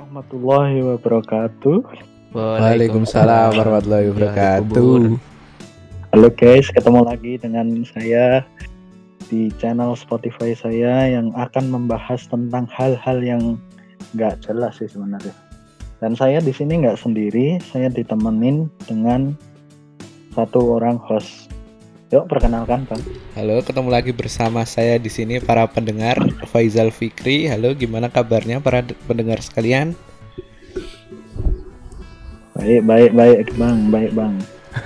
warahmatullahi wabarakatuh. Waalaikumsalam warahmatullahi wabarakatuh. Halo guys, ketemu lagi dengan saya di channel Spotify saya yang akan membahas tentang hal-hal yang nggak jelas sih sebenarnya. Dan saya di sini nggak sendiri, saya ditemenin dengan satu orang host. Yuk perkenalkan Bang. Halo, ketemu lagi bersama saya di sini para pendengar, Faizal Fikri. Halo, gimana kabarnya para pendengar sekalian? Baik Bang.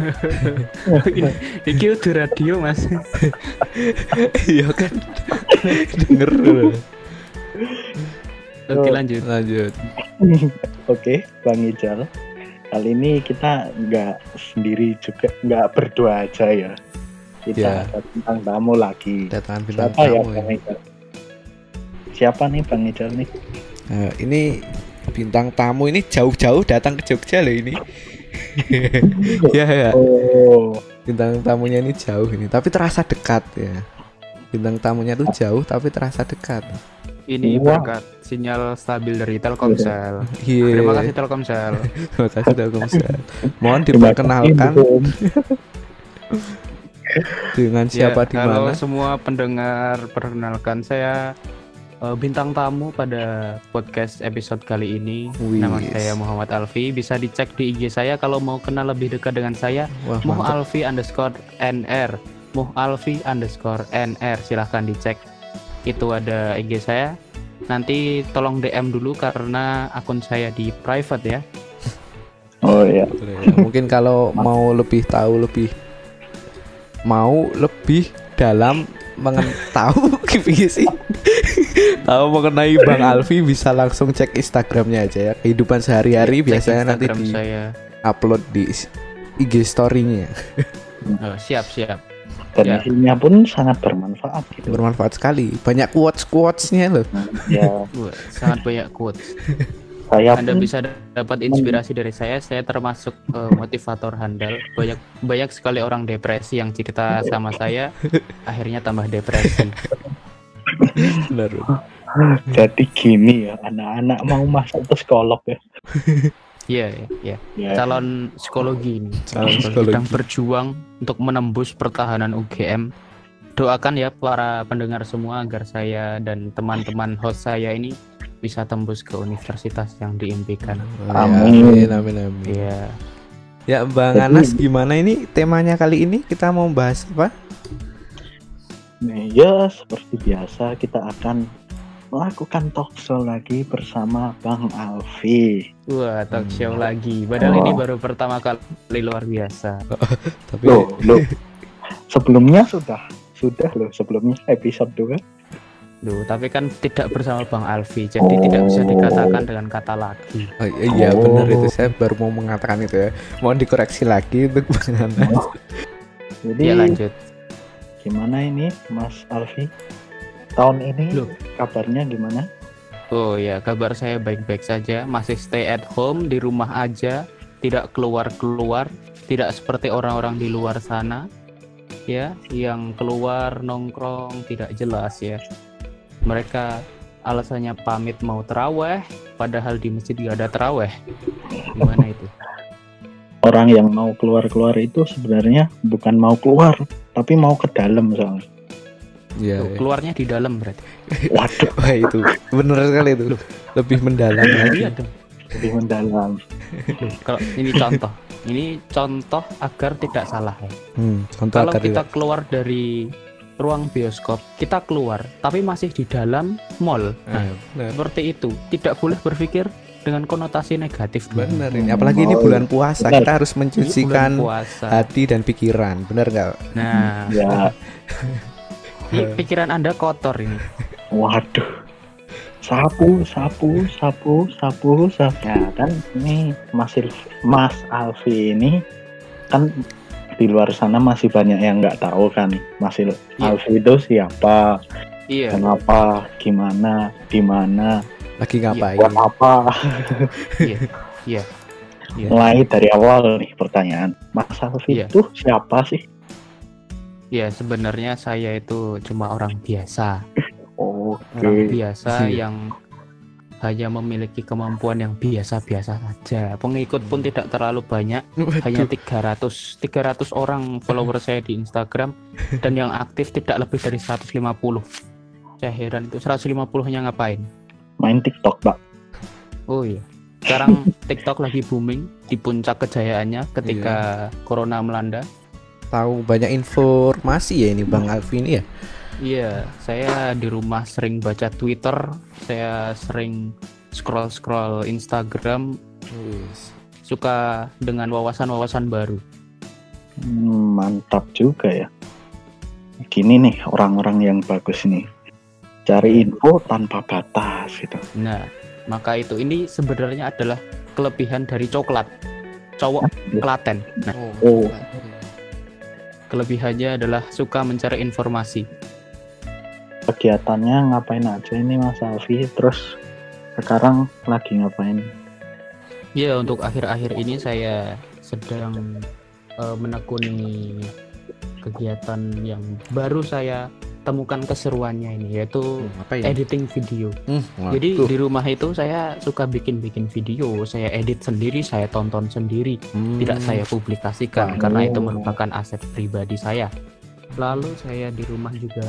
Iki udah radio Mas. Iya kan. Denger dulu. Oke, lanjut. Oke, Bang Ijal. Kali ini kita nggak sendiri juga, nggak berdua aja ya. Kita ada bintang tamu lagi. Datangan bintang Siapa tamu ya Bang Ijal? Siapa nih Bang Ijal nih? Ini bintang tamu ini jauh-jauh datang ke Jogja loh ini. Ya. Oh, Bintang tamunya ini jauh ini, tapi terasa dekat ya. Bintang tamunya tuh jauh tapi terasa dekat. Ini Wah. berkat sinyal stabil dari Telkomsel. Iya. Terima kasih Telkomsel. Terima kasih Telkomsel. Mohon diperkenalkan dengan siapa di Halo mana? semua pendengar, perkenalkan saya bintang tamu pada podcast episode kali ini. Wih. Nama saya Muhammad Alfi. Bisa dicek di IG saya kalau mau kenal lebih dekat dengan saya. Wah, mantap. Muhalfi_NR. Muhalfi_NR. Silahkan dicek. Itu ada IG saya. Nanti tolong DM dulu karena akun saya di private ya. oh ya. Mungkin kalau mau lebih dalam tahu gimana sih? Tahu mengenai Bang Alfi bisa langsung cek Instagramnya aja ya. Kehidupan sehari-hari Cek biasanya nanti Instagram di saya. upload di IG story-nya. Oh, siap. Dan Ya. isinya pun sangat bermanfaat gitu. Bermanfaat sekali. Banyak quotes-quotesnya loh. Ya, Wah, sangat banyak quotes. saya Anda pun bisa dapat inspirasi dari saya. Saya termasuk motivator handal. Banyak sekali orang depresi yang cerita sama saya, akhirnya tambah depresi. Benar. jadi gini ya, anak-anak mau masuk ke psikolog ya. Iya. Ya. Calon psikologi ini. Calon psikologi. Sedang berjuang untuk menembus pertahanan UGM. Doakan ya para pendengar semua agar saya dan teman-teman host saya ini bisa tembus ke universitas yang diimpikan. Amin. Amin. Iya. Ya, Bang Jadi- Anas, gimana ini temanya kali ini? Kita mau bahas apa? Nih, ya seperti biasa kita akan melakukan talk show lagi bersama Bang Alfi. Wah, talk show lagi. Padahal ini Oh. baru pertama kali, luar biasa. Tapi Loh. Sebelumnya sudah loh, sebelumnya episode 2. Duh, tapi kan tidak bersama Bang Alfi, jadi tidak bisa dikatakan dengan kata lagi. oh, iya Oh. benar itu, saya baru mau mengatakan itu ya. Mohon dikoreksi lagi untuk Bang Anas. Jadi Ya lanjut. gimana ini Mas Alfi? Tahun ini Loh. kabarnya gimana? Oh ya, kabar saya baik-baik saja, masih stay at home, di rumah aja, tidak keluar-keluar, tidak seperti orang-orang di luar sana, ya, yang keluar nongkrong tidak jelas ya. Mereka alasannya pamit mau terawih, padahal di masjid gak ada terawih. Gimana itu? Orang yang mau keluar-keluar itu sebenarnya bukan mau keluar, tapi mau ke dalam soalnya. Iya. Tuh, keluarnya di dalam berarti. Waduh, Wah, itu benar sekali itu. Lebih mendalam lagi. Iya dong. lebih mendalam. Kalau ini contoh agar tidak salah ya. Contoh Kalau agar kita tidak. keluar dari ruang bioskop, kita keluar tapi masih di dalam mall. Nah, Benar. seperti itu. Tidak boleh berpikir dengan konotasi negatif. Benar ini. Apalagi ini bulan puasa, Benar. kita harus Bulan mencucikan puasa. hati dan pikiran. Benar nggak? Nah, Ya, ini pikiran Anda kotor ini. waduh. Sapu. Ya kan ini Mas Alfi ini kan di luar sana masih banyak yang nggak tahu kan Mas Iya. Alfi itu siapa, Iya. kenapa, gimana, di mana, Lagi ngapain? buat apa. Iya. Mulai dari awal nih pertanyaan, Mas Alfi Iya. itu siapa sih? Ya, sebenarnya saya itu cuma orang biasa. Oke. Orang biasa Iya. yang hanya memiliki kemampuan yang biasa-biasa saja. Pengikut pun tidak terlalu banyak, hanya 300 orang follower saya di Instagram, dan yang aktif tidak lebih dari 150. Saya heran itu 150-nya ngapain? Main TikTok, Pak. Oh iya. Sekarang TikTok lagi booming di puncak kejayaannya ketika corona melanda. Tahu banyak informasi ya ini Bang Alfi ini ya. Iya, saya di rumah sering baca Twitter, saya sering scroll Instagram, suka dengan wawasan-wawasan baru. Mantap juga ya. Gini nih orang-orang yang bagus nih. Cari info tanpa batas gitu. Nah, maka ini sebenarnya adalah kelebihan dari coklat. Cowok Klaten. Nah, kelebihannya adalah suka mencari informasi. Kegiatannya ngapain aja ini Mas Alfi? Terus sekarang lagi ngapain? Ya, untuk akhir-akhir ini saya sedang menekuni kegiatan yang baru saya temukan keseruannya ini, yaitu editing video. Jadi di rumah itu saya suka bikin video, saya edit sendiri, saya tonton sendiri, tidak saya publikasikan karena itu merupakan aset pribadi saya. Lalu saya di rumah juga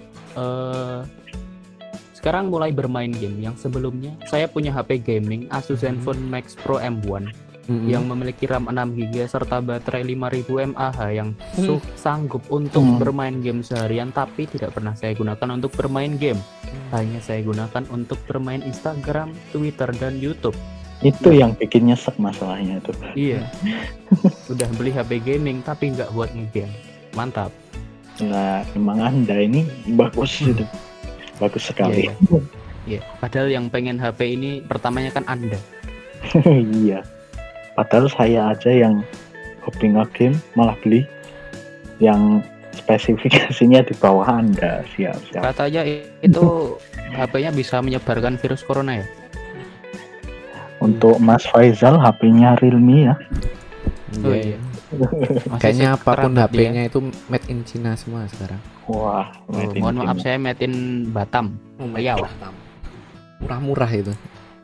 sekarang mulai bermain game. Yang sebelumnya saya punya HP gaming Asus Zenfone Max Pro M1 yang memiliki RAM 6GB serta baterai 5000 mAh yang sanggup untuk bermain game seharian, tapi tidak pernah saya gunakan untuk bermain game. Hanya saya gunakan untuk bermain Instagram, Twitter, dan YouTube. Itu yang bikin nyesek masalahnya itu. Iya. Udah beli HP gaming tapi nggak buat nge-game. Mantap. Nah, emang Anda ini bagus itu. Bagus sekali. Iya. Padahal yang pengen HP ini pertamanya kan Anda. Iya. Padahal saya aja yang hobi nge-game malah beli yang spesifikasinya di bawah Anda. Siap. Katanya itu HP-nya bisa menyebarkan virus corona ya? Untuk Mas Faizal HP-nya Realme ya. Oh iya. Kayaknya apapun HP-nya itu made in China semua sekarang. Wah, mohon maaf saya made in Batam. Riau. Murah-murah itu.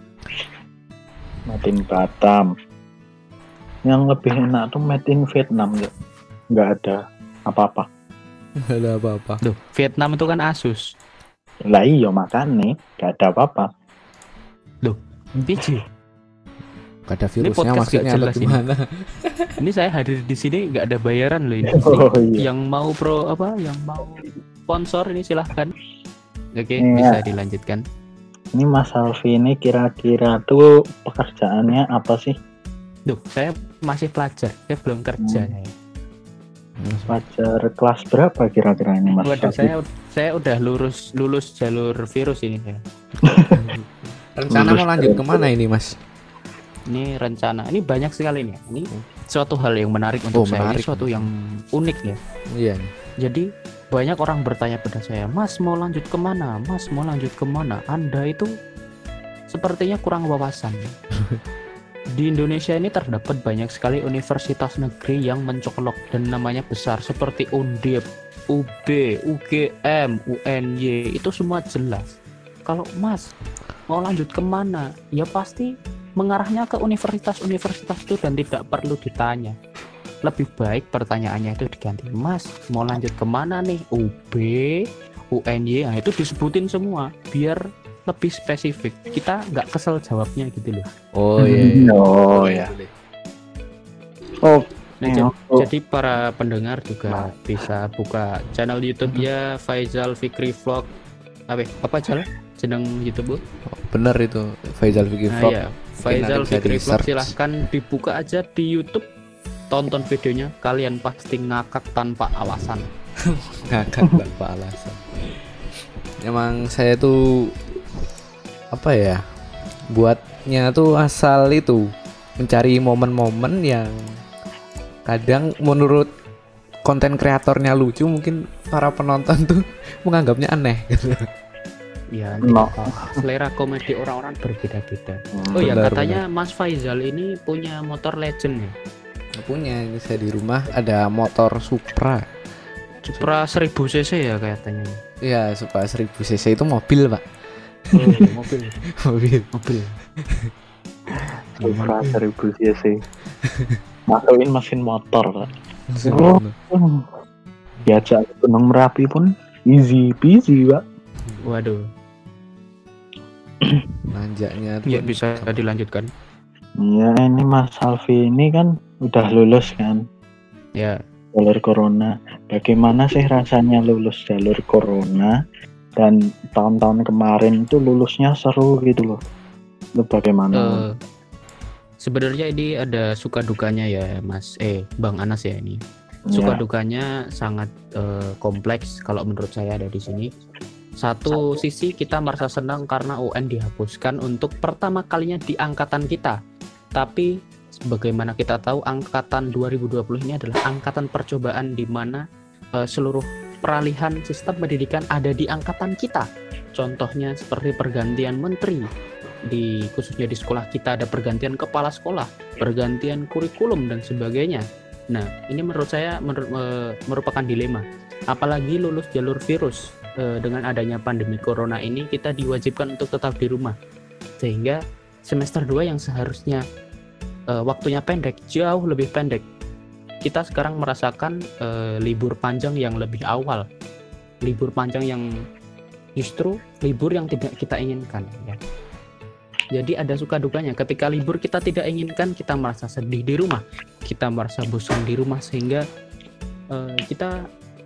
Made in Batam. Yang lebih enak tuh made in Vietnam ya. Nggak ada apa-apa. Nggak ada apa-apa. Duh, Vietnam itu kan Asus. Lah iya makanya nggak ada apa-apa. Duh, biji. Gak ada virusnya maksudnya atau gimana? Ini saya hadir di sini nggak ada bayaran loh ini. Iya. Yang mau yang mau sponsor ini silahkan. Oke, bisa dilanjutkan. Ini Mas Alfi ini kira-kira tuh pekerjaannya apa sih? Duh, saya masih pelajar, saya belum kerja. Pelajar kelas berapa kira-kira ini Mas? Waduh, saya udah lulus jalur virus ini saya. Rencana mau lanjut kemana ini Mas? Ini rencana, ini banyak sekali nih. Ini suatu hal yang menarik untuk saya, ini suatu yang unik ya. Iya. Jadi banyak orang bertanya pada saya, Mas mau lanjut kemana? Mas mau lanjut kemana? Anda itu sepertinya kurang wawasan. Di Indonesia ini terdapat banyak sekali universitas negeri yang mencolok dan namanya besar seperti Undip, UB, UGM, UNY, itu semua jelas. Kalau Mas mau lanjut kemana? Ya pasti mengarahnya ke universitas-universitas itu dan tidak perlu ditanya. Lebih baik pertanyaannya itu diganti, Mas mau lanjut kemana nih? UB, UNY, nah itu disebutin semua biar lebih spesifik. Kita nggak kesel jawabnya gitu loh. Oh iya. Oh ya. Oh. Nah, jadi para pendengar juga bisa buka channel YouTube-nya Faizal Fikri Vlog. Apa channel YouTube? Bener itu Faizal Fikri Vlog. Iya. Faizal Fikri Vlog, silahkan dibuka aja di YouTube, tonton videonya, kalian pasti ngakak tanpa alasan. Ngakak tanpa alasan. Emang saya tuh apa ya, buatnya tuh asal itu mencari momen-momen yang kadang menurut konten kreatornya lucu, mungkin para penonton tuh menganggapnya aneh gitu. Ya, selera komedi orang-orang berbeda-beda. Oh ya, katanya benar. Mas Faizal ini punya motor legend ya? Punya, ini saya di rumah ada motor Supra 1000 cc ya katanya. Iya, Supra 1000 cc itu mobil Pak. Oh, mobil. Mobil. Supra 1000 cc. Masukin mesin motor, Pak. Diajak ke Gunung Merapi pun easy peasy, Pak. Waduh. Nanjaknya tuh Ya bisa dilanjutkan. Ya ini Mas Alfi ini kan udah lulus kan Ya. jalur corona. Bagaimana sih rasanya lulus jalur corona dan tahun-tahun kemarin tuh lulusnya seru gitu loh. Itu bagaimana? Sebenarnya ini ada suka dukanya ya Mas Bang Anas ya ini. Suka dukanya sangat kompleks kalau menurut saya ada di sini. Satu sisi kita merasa senang karena UN dihapuskan untuk pertama kalinya di angkatan kita. Tapi sebagaimana kita tahu angkatan 2020 ini adalah angkatan percobaan di mana seluruh peralihan sistem pendidikan ada di angkatan kita. Contohnya seperti pergantian menteri, khususnya di sekolah kita ada pergantian kepala sekolah, pergantian kurikulum dan sebagainya. Nah, ini menurut saya merupakan dilema. Apalagi lulus jalur virus, dengan adanya pandemi corona ini kita diwajibkan untuk tetap di rumah. Sehingga semester 2 yang seharusnya waktunya pendek, jauh lebih pendek. Kita sekarang merasakan libur panjang yang lebih awal. Libur panjang yang justru libur yang tidak kita inginkan ya. Jadi ada suka dukanya. Ketika libur kita tidak inginkan, kita merasa sedih di rumah, kita merasa bosan di rumah sehingga kita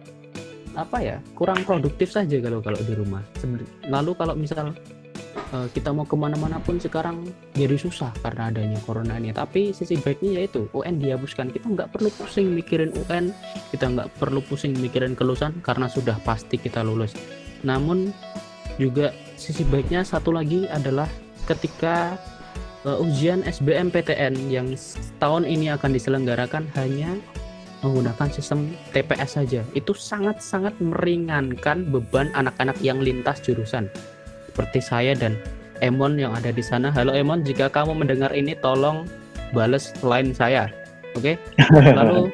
kurang produktif saja kalau di rumah. Lalu kalau misal kita mau kemana-mana pun sekarang jadi susah karena adanya corona ini. Tapi sisi baiknya yaitu UN dihapuskan. Kita nggak perlu pusing mikirin UN, kita nggak perlu pusing mikirin kelulusan karena sudah pasti kita lulus. Namun juga sisi baiknya satu lagi adalah ketika ujian SBMPTN yang tahun ini akan diselenggarakan hanya menggunakan sistem TPS saja, itu sangat-sangat meringankan beban anak-anak yang lintas jurusan seperti saya dan Emon yang ada di sana. Halo Emon, jika kamu mendengar ini tolong bales line saya, oke? Lalu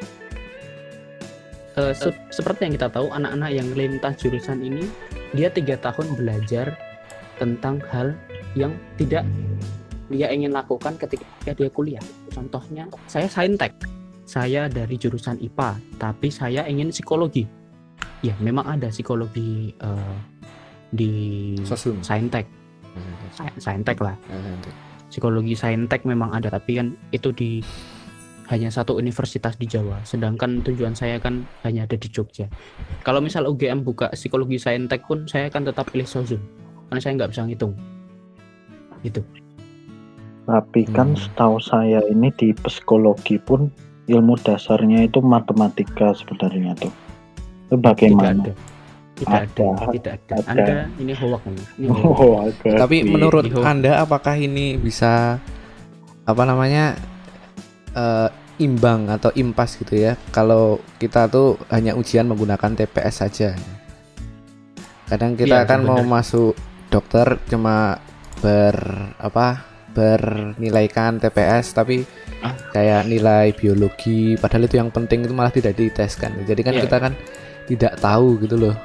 seperti yang kita tahu, anak-anak yang lintas jurusan ini dia 3 tahun belajar tentang hal yang tidak dia ingin lakukan ketika dia kuliah. Contohnya saya saintek, saya dari jurusan IPA tapi saya ingin psikologi. Ya memang ada psikologi di saintek lah. Psikologi saintek memang ada, tapi kan itu di hanya satu universitas di Jawa, sedangkan tujuan saya kan hanya ada di Jogja. Kalau misal UGM buka psikologi saintek pun saya akan tetap pilih Sozum karena saya nggak bisa ngitung gitu. Tapi kan setahu saya ini di psikologi pun ilmu dasarnya itu matematika sebenarnya tuh. Itu bagaimana? Tidak ada. Anda ini hoax ini. Tapi menurut Anda apakah ini bisa imbang atau impas gitu ya kalau kita tuh hanya ujian menggunakan TPS saja? Kadang kita kan mau masuk dokter cuma bernilaikan TPS tapi kayak nilai biologi, padahal itu yang penting itu malah tidak diteskan. Jadi kan kita kan tidak tahu gitu loh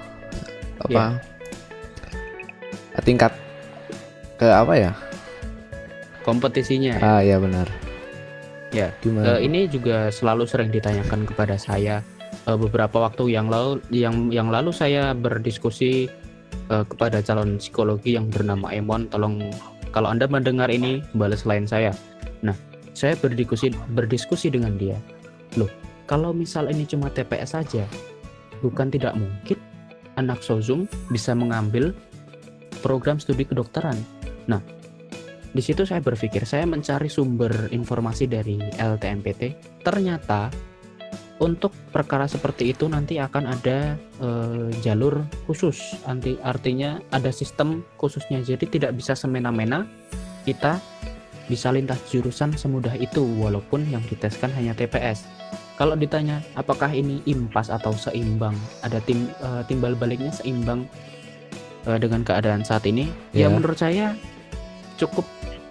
tingkat kompetisinya. Ya benar. Ya, ini juga selalu sering ditanyakan kepada saya. Beberapa waktu yang lalu saya berdiskusi kepada calon psikologi yang bernama Emon. Tolong kalau Anda mendengar ini balas line saya. Nah, saya berdiskusi dengan dia. Loh, kalau misal ini cuma TPS saja, bukan tidak mungkin anak Sozum bisa mengambil program studi kedokteran. Nah, di situ saya berpikir, saya mencari sumber informasi dari LTMPT. Ternyata untuk perkara seperti itu nanti akan ada jalur khusus. Artinya ada sistem khususnya. Jadi tidak bisa semena-mena kita bisa lintas jurusan semudah itu walaupun yang diteskan hanya TPS. Kalau ditanya apakah ini impas atau seimbang, ada timbal baliknya seimbang dengan keadaan saat ini, ya menurut saya cukup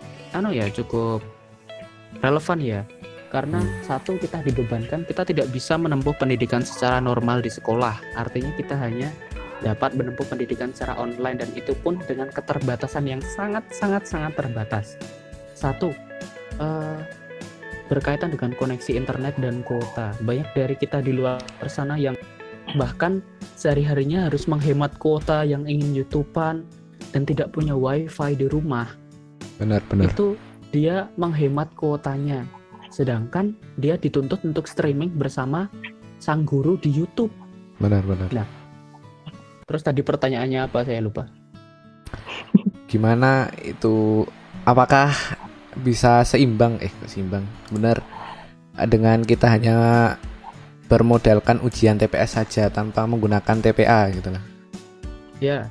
relevan ya. Karena satu, kita dibebankan, kita tidak bisa menempuh pendidikan secara normal di sekolah. Artinya kita hanya dapat menempuh pendidikan secara online, dan itu pun dengan keterbatasan yang sangat terbatas. Satu, berkaitan dengan koneksi internet dan kuota. Banyak dari kita di luar sana yang bahkan sehari-harinya harus menghemat kuota, yang ingin YouTubean dan tidak punya wifi di rumah. Benar. Itu dia menghemat kuotanya, sedangkan dia dituntut untuk streaming bersama sang guru di YouTube. Benar. Nah, terus tadi pertanyaannya apa, saya lupa. Gimana itu, apakah bisa seimbang benar dengan kita hanya bermodalkan ujian TPS saja tanpa menggunakan TPA gitu lah? Ya,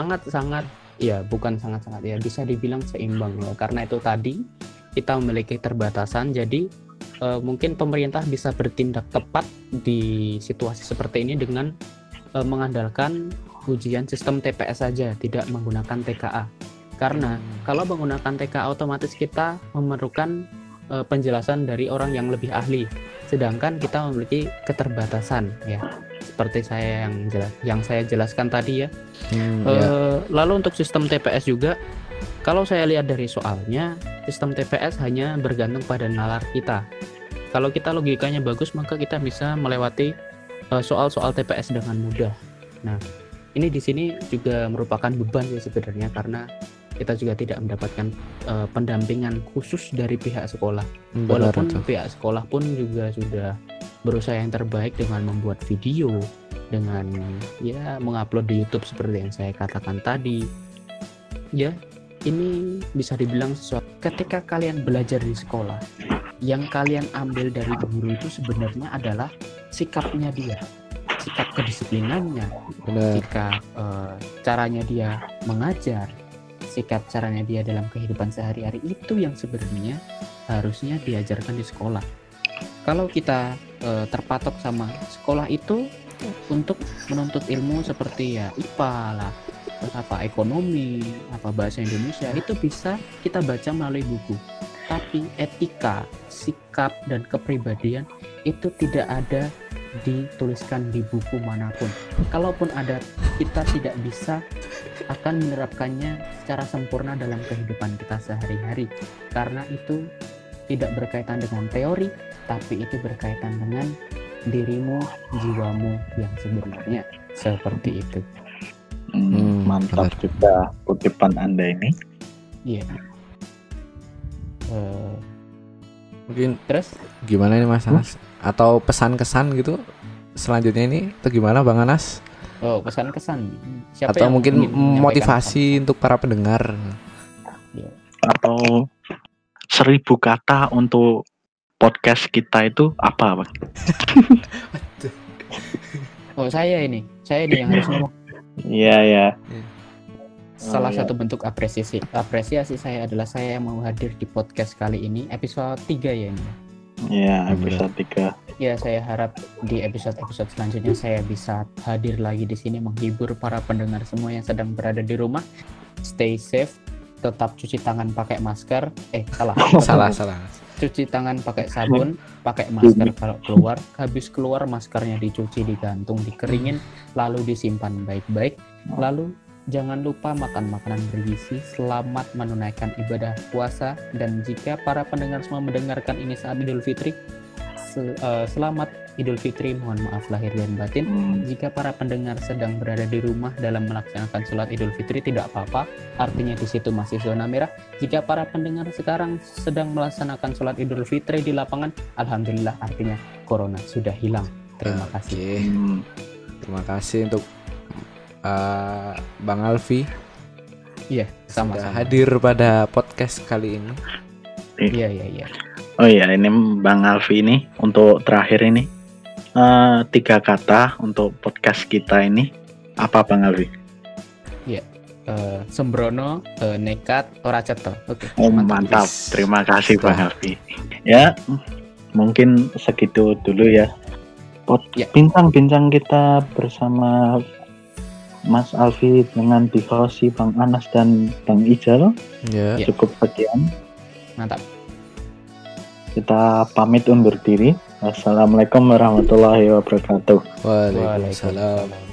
bisa dibilang seimbang ya, karena itu tadi kita memiliki keterbatasan. Jadi mungkin pemerintah bisa bertindak tepat di situasi seperti ini dengan mengandalkan ujian sistem TPS saja, tidak menggunakan TKA. Karena kalau menggunakan TKA otomatis kita memerlukan penjelasan dari orang yang lebih ahli, sedangkan kita memiliki keterbatasan ya, seperti yang saya jelaskan tadi ya. Lalu untuk sistem TPS juga, kalau saya lihat dari soalnya, sistem TPS hanya bergantung pada nalar kita. Kalau kita logikanya bagus, maka kita bisa melewati soal-soal TPS dengan mudah. Nah, ini di sini juga merupakan beban ya sebenarnya, karena kita juga tidak mendapatkan pendampingan khusus dari pihak sekolah. Walaupun pihak sekolah pun juga sudah berusaha yang terbaik dengan membuat video, dengan ya mengupload di YouTube seperti yang saya katakan tadi. Ya, ini bisa dibilang sesuatu. Ketika kalian belajar di sekolah, yang kalian ambil dari guru itu sebenarnya adalah sikapnya dia, sikap kedisiplinannya, sikap caranya dia mengajar, sikap caranya dia dalam kehidupan sehari-hari, itu yang sebenarnya harusnya diajarkan di sekolah. Kalau kita terpatok sama sekolah itu untuk menuntut ilmu seperti ya IPA lah, terus ekonomi, bahasa Indonesia, itu bisa kita baca melalui buku. Tapi etika, sikap, dan kepribadian itu tidak ada dituliskan di buku manapun. Kalaupun ada, kita tidak bisa akan menerapkannya secara sempurna dalam kehidupan kita sehari-hari, karena itu tidak berkaitan dengan teori, tapi itu berkaitan dengan dirimu, jiwamu yang sebenarnya. Seperti itu. Mantap juga kutipan Anda ini. Iya. Mungkin terus gimana ini Mas Anas? Atau pesan-kesan gitu selanjutnya ini, atau gimana Bang Anas? Oh, pesan-kesan. Siapa atau yang mungkin motivasi untuk para pendengar? Atau 1000 kata untuk podcast kita itu apa, Bang? Oh, saya ini yang harus ngomong. Iya. Salah satu bentuk apresiasi saya adalah saya yang mau hadir di podcast kali ini, episode 3 ya ini. Iya, episode 3. Ya, saya harap di episode selanjutnya saya bisa hadir lagi di sini menghibur para pendengar semua yang sedang berada di rumah. Stay safe, tetap cuci tangan pakai masker. Salah. Cuci tangan pakai sabun, pakai masker kalau keluar. Habis keluar maskernya dicuci, digantung, dikeringin, lalu disimpan baik-baik. Lalu jangan lupa makan makanan bergizi, selamat menunaikan ibadah puasa, dan jika para pendengar semua mendengarkan ini saat Idul Fitri, selamat Idul Fitri, mohon maaf lahir dan batin. Jika para pendengar sedang berada di rumah dalam melaksanakan sholat Idul Fitri, tidak apa-apa, artinya di situ masih zona merah. Jika para pendengar sekarang sedang melaksanakan sholat Idul Fitri di lapangan, alhamdulillah, artinya corona sudah hilang. Terima kasih. Terima kasih untuk Bang Alfi. Iya, sama-sama hadir pada podcast kali ini. Iya. Oh iya, ini Bang Alfi ini untuk terakhir ini 3 kata untuk podcast kita ini apa, Bang Alfi? Iya, sembrono, nekat, ora cetha. Oke. Mantap. Terima kasih Bang Alfi. Ya, mungkin segitu dulu ya. Bincang-bincang kita bersama Mas Alfi dengan dihosti Bang Anas dan Bang Ijal. Cukup sekian. Mantap. Kita pamit undur diri. Wassalamualaikum warahmatullahi wabarakatuh. Waalaikumsalam.